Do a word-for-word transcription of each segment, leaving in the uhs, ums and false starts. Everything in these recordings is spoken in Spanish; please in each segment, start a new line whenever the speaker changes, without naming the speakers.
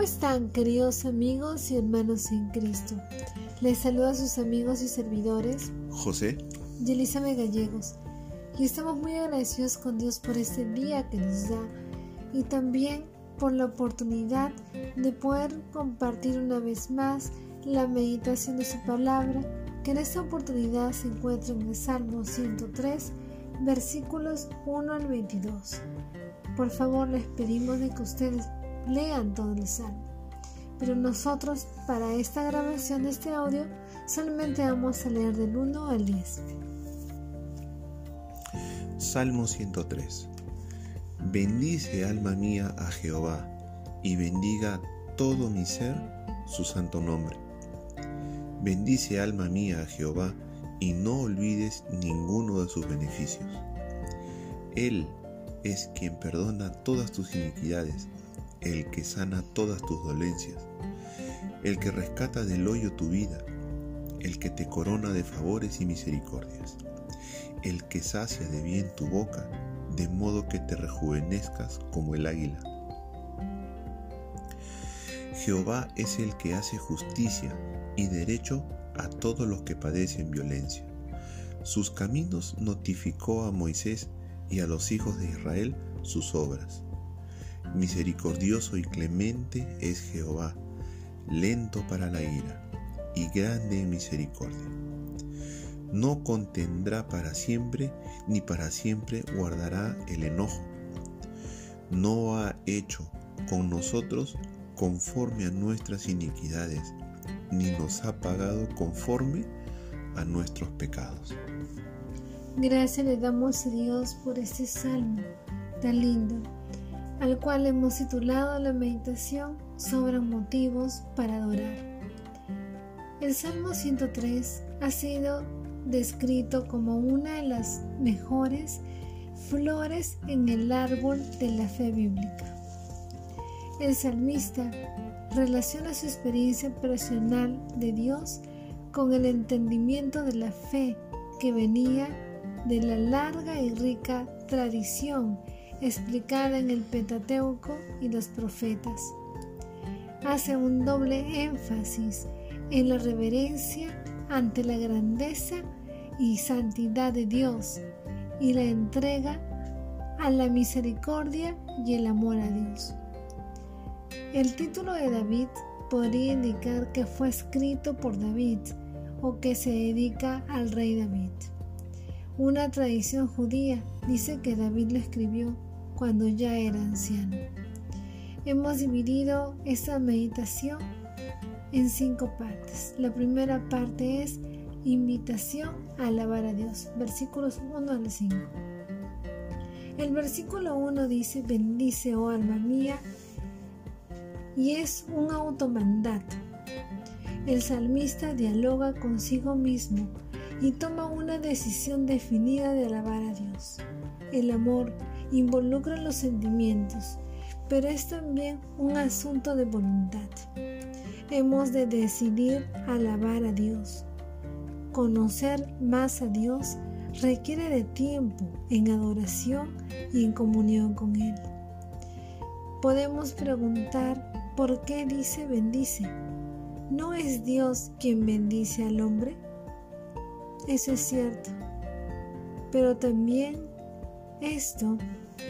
están, queridos amigos y hermanos en Cristo? Les saluda a sus amigos y servidores
José
y Elizabeth Gallegos, y estamos muy agradecidos con Dios por este día que nos da y también por la oportunidad de poder compartir una vez más la meditación de su palabra, que en esta oportunidad se encuentra en el Salmo ciento tres, versículos uno al veintidós. Por favor, les pedimos de que ustedes lean todo el Salmo, pero nosotros para esta grabación de este audio solamente vamos a leer del uno al diez.
Salmo ciento tres. Bendice, alma mía, a Jehová, y bendiga todo mi ser su santo nombre. Bendice, alma mía, a Jehová, y no olvides ninguno de sus beneficios. Él es quien perdona todas tus iniquidades, el que sana todas tus dolencias, el que rescata del hoyo tu vida, el que te corona de favores y misericordias, el que sacia de bien tu boca, de modo que te rejuvenezcas como el águila. Jehová es el que hace justicia y derecho a todos los que padecen violencia. Sus caminos notificó a Moisés y a los hijos de Israel sus obras. Misericordioso y clemente es Jehová, lento para la ira y grande en misericordia. No contendrá para siempre, ni para siempre guardará el enojo. No ha hecho con nosotros conforme a nuestras iniquidades, ni nos ha pagado conforme a nuestros pecados.
Gracias le damos a Dios por este salmo tan lindo, al cual hemos titulado la meditación sobre motivos para adorar. El Salmo ciento tres ha sido descrito como una de las mejores flores en el árbol de la fe bíblica. El salmista relaciona su experiencia personal de Dios con el entendimiento de la fe que venía de la larga y rica tradición explicada en el Pentateuco y los profetas. Hace un doble énfasis en la reverencia ante la grandeza y santidad de Dios y la entrega a la misericordia y el amor a Dios. El título de David podría indicar que fue escrito por David o que se dedica al rey David. Una tradición judía dice que David lo escribió cuando ya era anciano. Hemos dividido esta meditación en cinco partes. La primera parte es invitación a alabar a Dios, versículos uno al cinco. El versículo uno dice: bendice, oh alma mía, y es un automandato. El salmista dialoga consigo mismo y toma una decisión definida de alabar a Dios. El amor involucra los sentimientos, pero es también un asunto de voluntad. Hemos de decidir alabar a Dios. Conocer más a Dios requiere de tiempo en adoración y en comunión con Él. Podemos preguntar por qué dice bendice. ¿No es Dios quien bendice al hombre? Eso es cierto, pero también esto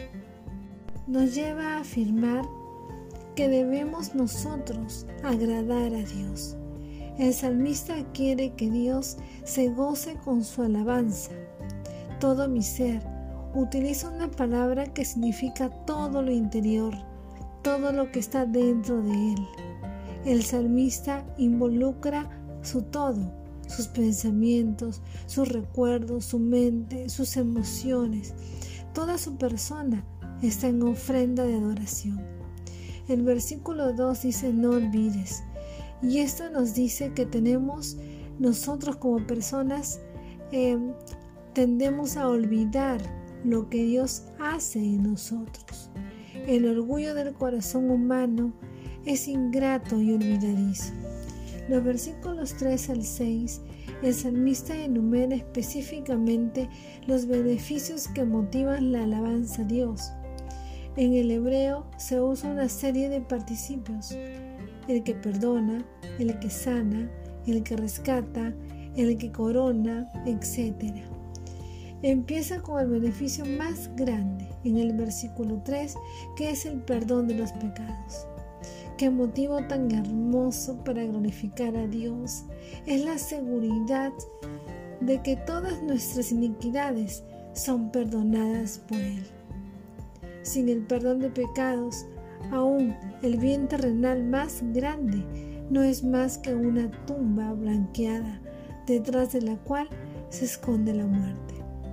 nos lleva a afirmar que debemos nosotros agradar a Dios. El salmista quiere que Dios se goce con su alabanza. Todo mi ser utiliza una palabra que significa todo lo interior, todo lo que está dentro de él. El salmista involucra su todo, sus pensamientos, sus recuerdos, su mente, sus emociones. Toda su persona está en ofrenda de adoración. El versículo dos dice: no olvides. Y esto nos dice que tenemos, nosotros como personas, eh, tendemos a olvidar lo que Dios hace en nosotros. El orgullo del corazón humano es ingrato y olvidadizo. Los versículos tres al seis, el salmista enumera específicamente los beneficios que motivan la alabanza a Dios. En el hebreo se usa una serie de participios el que perdona, el que sana, el que rescata, el que corona, etcétera. Empieza con el beneficio más grande en el versículo tres, que es el perdón de los pecados. Qué motivo tan hermoso para glorificar a Dios es la seguridad de que todas nuestras iniquidades son perdonadas por Él. Sin el perdón de pecados, aún el bien terrenal más grande no es más que una tumba blanqueada, detrás de la cual se esconde la muerte.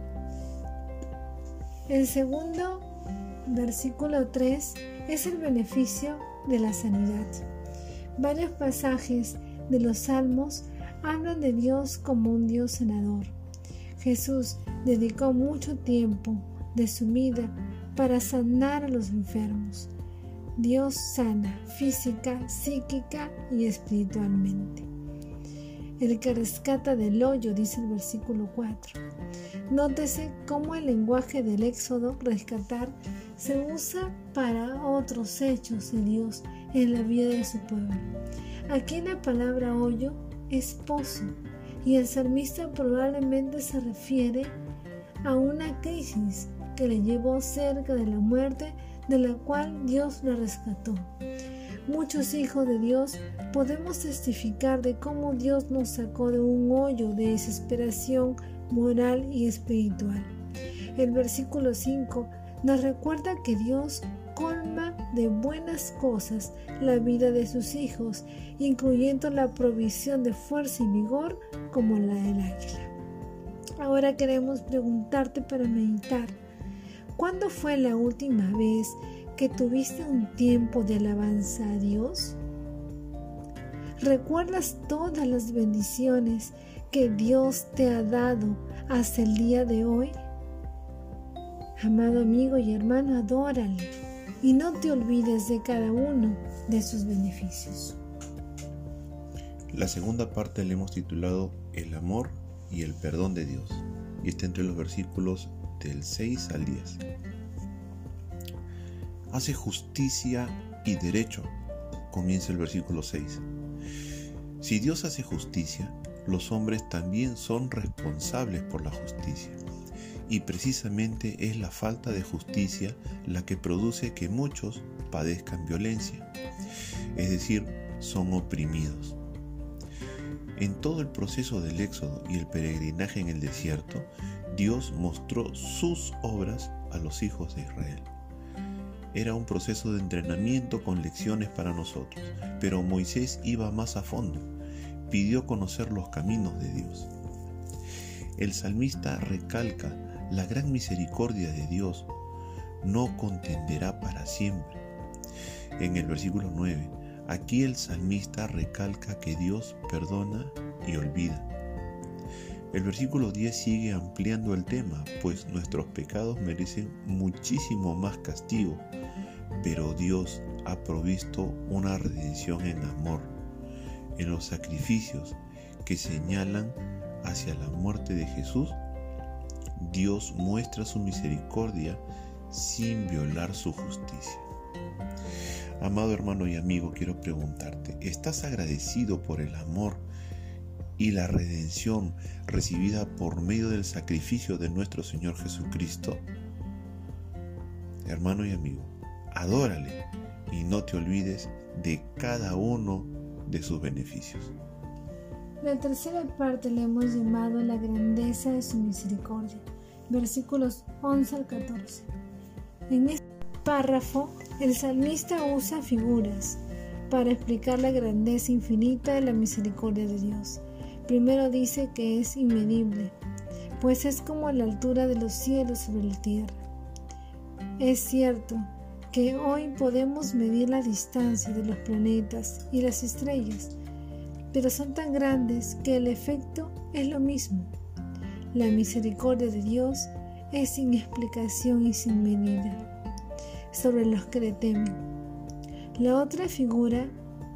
El segundo versículo tres es el beneficio de la sanidad. Varios pasajes de los Salmos hablan de Dios como un Dios sanador. Jesús dedicó mucho tiempo de su vida para sanar a los enfermos. Dios sana física, psíquica y espiritualmente. El que rescata del hoyo, dice el versículo cuatro. Nótese cómo el lenguaje del Éxodo, rescatar, se usa para otros hechos de Dios en la vida de su pueblo. Aquí la palabra hoyo es pozo, y el salmista probablemente se refiere a una crisis que le llevó cerca de la muerte, de la cual Dios le rescató. Muchos hijos de Dios podemos testificar de cómo Dios nos sacó de un hoyo de desesperación moral y espiritual. El versículo cinco nos recuerda que Dios colma de buenas cosas la vida de sus hijos, incluyendo la provisión de fuerza y vigor como la del águila. Ahora queremos preguntarte para meditar: ¿cuándo fue la última vez que tuviste un tiempo de alabanza a Dios? ¿Recuerdas todas las bendiciones que Dios te ha dado hasta el día de hoy? Amado amigo y hermano, adórale y no te olvides de cada uno de sus beneficios.
La segunda parte le hemos titulado El amor y el perdón de Dios, y está entre los versículos del seis al diez. Hace justicia y derecho, comienza el versículo seis. Si Dios hace justicia, los hombres también son responsables por la justicia. Y precisamente es la falta de justicia la que produce que muchos padezcan violencia, es decir, son oprimidos. En todo el proceso del éxodo y el peregrinaje en el desierto, Dios mostró sus obras a los hijos de Israel. Era un proceso de entrenamiento con lecciones para nosotros, pero Moisés iba más a fondo, pidió conocer los caminos de Dios. El salmista recalca la gran misericordia de Dios, no contenderá para siempre. En el versículo nueve, aquí el salmista recalca que Dios perdona y olvida. El versículo diez sigue ampliando el tema, pues nuestros pecados merecen muchísimo más castigo, pero Dios ha provisto una redención en amor, en los sacrificios que señalan hacia la muerte de Jesús. Dios muestra su misericordia sin violar su justicia. Amado hermano y amigo, quiero preguntarte, ¿estás agradecido por el amor y la redención recibida por medio del sacrificio de nuestro Señor Jesucristo? Hermano y amigo, adórale y no te olvides de cada uno de sus beneficios.
La tercera parte le hemos llamado la grandeza de su misericordia, versículos once al catorce. En este párrafo, el salmista usa figuras para explicar la grandeza infinita de la misericordia de Dios. Primero dice que es inmedible, pues es como la altura de los cielos sobre la tierra. Es cierto que hoy podemos medir la distancia de los planetas y las estrellas, pero son tan grandes que el efecto es lo mismo. La misericordia de Dios es sin explicación y sin medida sobre los que le temen. La otra figura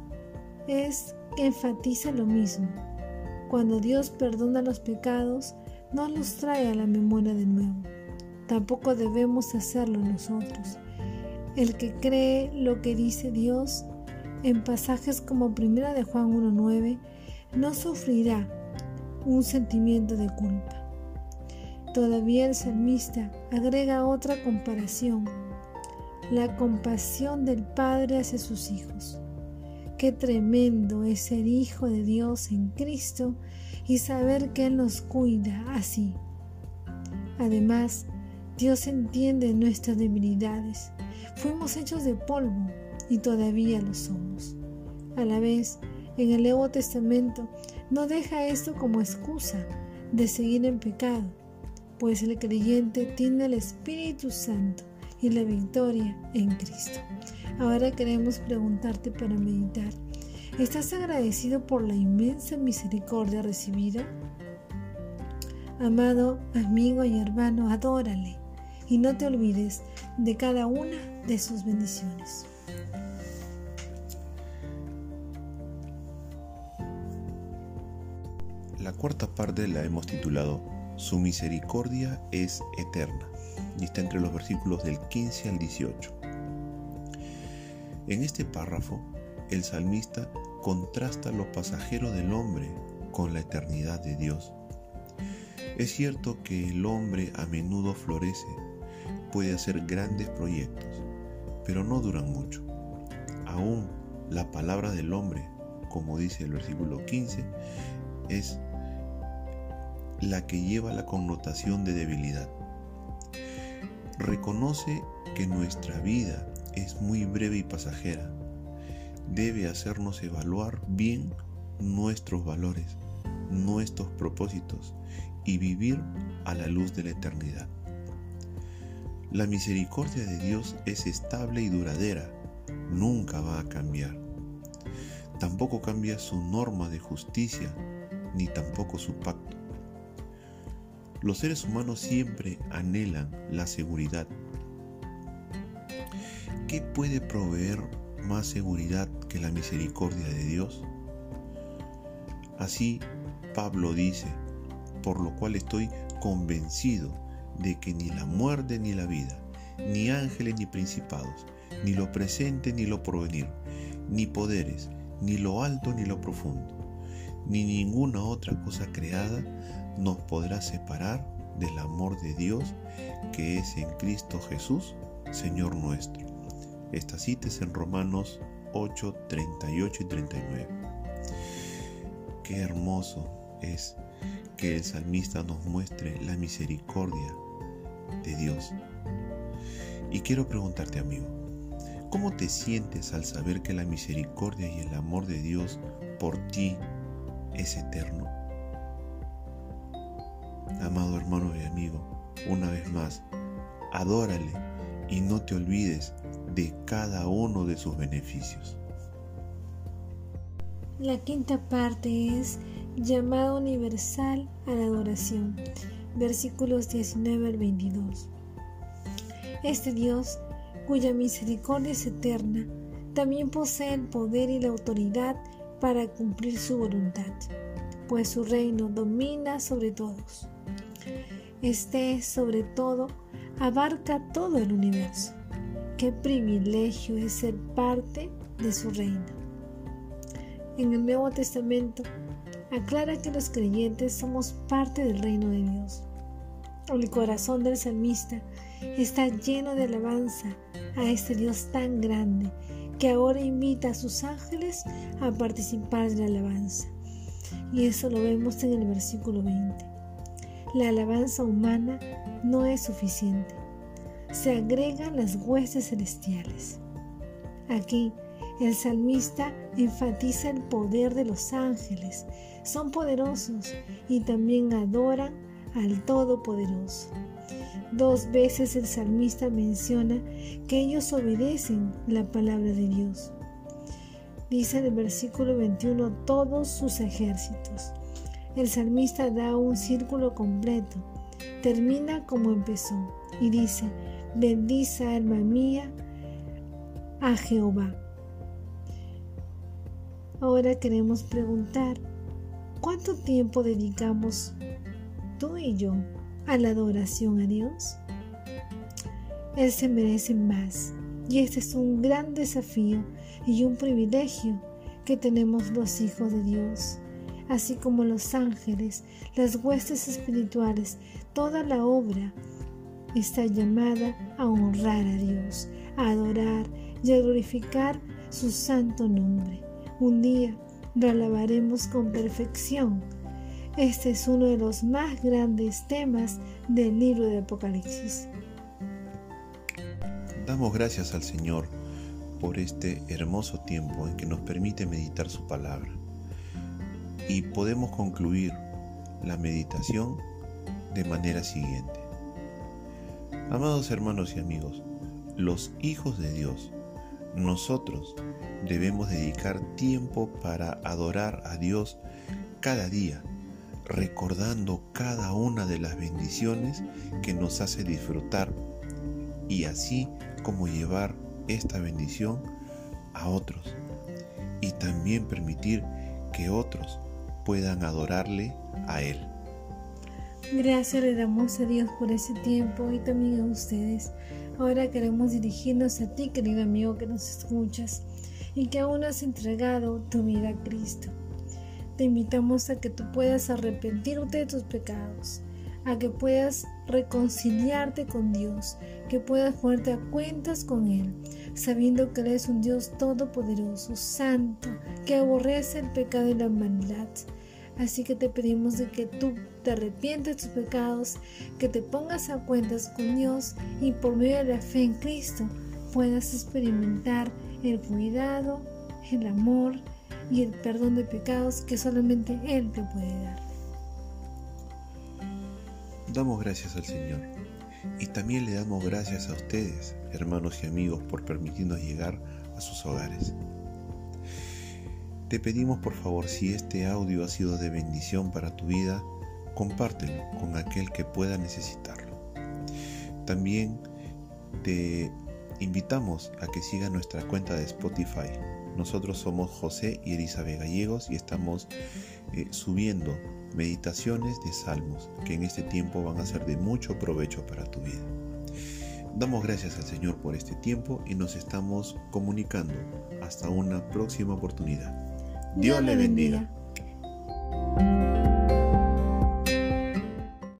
es que enfatiza lo mismo. Cuando Dios perdona los pecados, no los trae a la memoria de nuevo. Tampoco debemos hacerlo nosotros. El que cree lo que dice Dios en pasajes como primera de Juan uno nueve, no sufrirá un sentimiento de culpa. Todavía el salmista agrega otra comparación: la compasión del Padre hacia sus hijos. Qué tremendo es ser hijo de Dios en Cristo y saber que Él nos cuida así. Además, Dios entiende nuestras debilidades. Fuimos hechos de polvo y todavía lo somos. A la vez, en el Nuevo Testamento no deja esto como excusa de seguir en pecado, pues el creyente tiene el Espíritu Santo y la victoria en Cristo. Ahora queremos preguntarte para meditar: ¿estás agradecido por la inmensa misericordia recibida? Amado amigo y hermano, adórale y no te olvides de cada una de sus bendiciones.
La cuarta parte la hemos titulado Su misericordia es eterna y está entre los versículos del quince al dieciocho. En este párrafo, el salmista contrasta lo pasajero del hombre con la eternidad de Dios. Es cierto que el hombre a menudo florece, puede hacer grandes proyectos, pero no duran mucho. Aún la palabra del hombre, como dice el versículo quince, es la que lleva la connotación de debilidad. Reconoce que nuestra vida es muy breve y pasajera. Debe hacernos evaluar bien nuestros valores, nuestros propósitos y vivir a la luz de la eternidad. La misericordia de Dios es estable y duradera, nunca va a cambiar. Tampoco cambia su norma de justicia, ni tampoco su pacto. Los seres humanos siempre anhelan la seguridad. ¿Qué puede proveer más seguridad que la misericordia de Dios? Así, Pablo dice: por lo cual estoy convencido de que ni la muerte ni la vida, ni ángeles ni principados, ni lo presente ni lo porvenir, ni poderes, ni lo alto ni lo profundo, ni ninguna otra cosa creada nos podrá separar del amor de Dios que es en Cristo Jesús, Señor nuestro. Esta cita es en Romanos ocho, treinta y ocho y treinta y nueve. Qué hermoso es que el salmista nos muestre la misericordia de Dios. Y quiero preguntarte, amigo, ¿cómo te sientes al saber que la misericordia y el amor de Dios por ti es eterno? Amado hermano y amigo, una vez más, adórale y no te olvides de cada uno de sus beneficios.
La quinta parte es llamado universal a la adoración, versículos diecinueve al veintidós. Este Dios, cuya misericordia es eterna, también posee el poder y la autoridad para cumplir su voluntad, pues su reino domina sobre todos. Este, sobre todo, abarca todo el universo. Qué privilegio es ser parte de su reino. En el Nuevo Testamento aclara que los creyentes somos parte del reino de Dios. El corazón del salmista está lleno de alabanza a este Dios tan grande que ahora invita a sus ángeles a participar de la alabanza. Y eso lo vemos en el versículo veinte. La alabanza humana no es suficiente. Se agregan las huestes celestiales. Aquí el salmista enfatiza el poder de los ángeles. Son poderosos y también adoran al Todopoderoso. Dos veces el salmista menciona que ellos obedecen la palabra de Dios. Dice en el versículo veintiuno, todos sus ejércitos. El salmista da un círculo completo, termina como empezó y dice: bendice, alma mía, a Jehová. Ahora queremos preguntar: ¿cuánto tiempo dedicamos tú y yo a la adoración a Dios? Él se merece más Y este es un gran desafío y un privilegio que tenemos los hijos de Dios. Así como los ángeles, las huestes espirituales, toda la obra está llamada a honrar a Dios, a adorar y a glorificar su santo nombre. Un día lo alabaremos con perfección. Este es uno de los más grandes temas del libro de Apocalipsis.
Damos gracias al Señor por este hermoso tiempo en que nos permite meditar su palabra. Y podemos concluir la meditación de manera siguiente. Amados hermanos y amigos, los hijos de Dios, nosotros debemos dedicar tiempo para adorar a Dios cada día, recordando cada una de las bendiciones que nos hace disfrutar y así como llevar esta bendición a otros y también permitir que otros puedan adorarle a Él.
Gracias le damos a Dios por ese tiempo y también a ustedes. Ahora queremos dirigirnos a ti, querido amigo que nos escuchas y que aún has entregado tu vida a Cristo. Te invitamos a que tú puedas arrepentirte de tus pecados, a que puedas reconciliarte con Dios, que puedas ponerte a cuentas con Él, sabiendo que Él es un Dios todopoderoso, santo, que aborrece el pecado y la maldad. Así que te pedimos de que tú te arrepientes de tus pecados, que te pongas a cuentas con Dios y por medio de la fe en Cristo puedas experimentar el cuidado, el amor y el perdón de pecados que solamente Él te puede dar.
Damos gracias al Señor y también le damos gracias a ustedes, hermanos y amigos, por permitirnos llegar a sus hogares. Te pedimos por favor, si este audio ha sido de bendición para tu vida, compártelo con aquel que pueda necesitarlo. También te invitamos a que sigas nuestra cuenta de Spotify. Nosotros somos José y Elizabeth Gallegos y estamos eh, subiendo meditaciones de salmos que en este tiempo van a ser de mucho provecho para tu vida. Damos gracias al Señor por este tiempo y nos estamos comunicando hasta una próxima oportunidad. Dios le bendiga.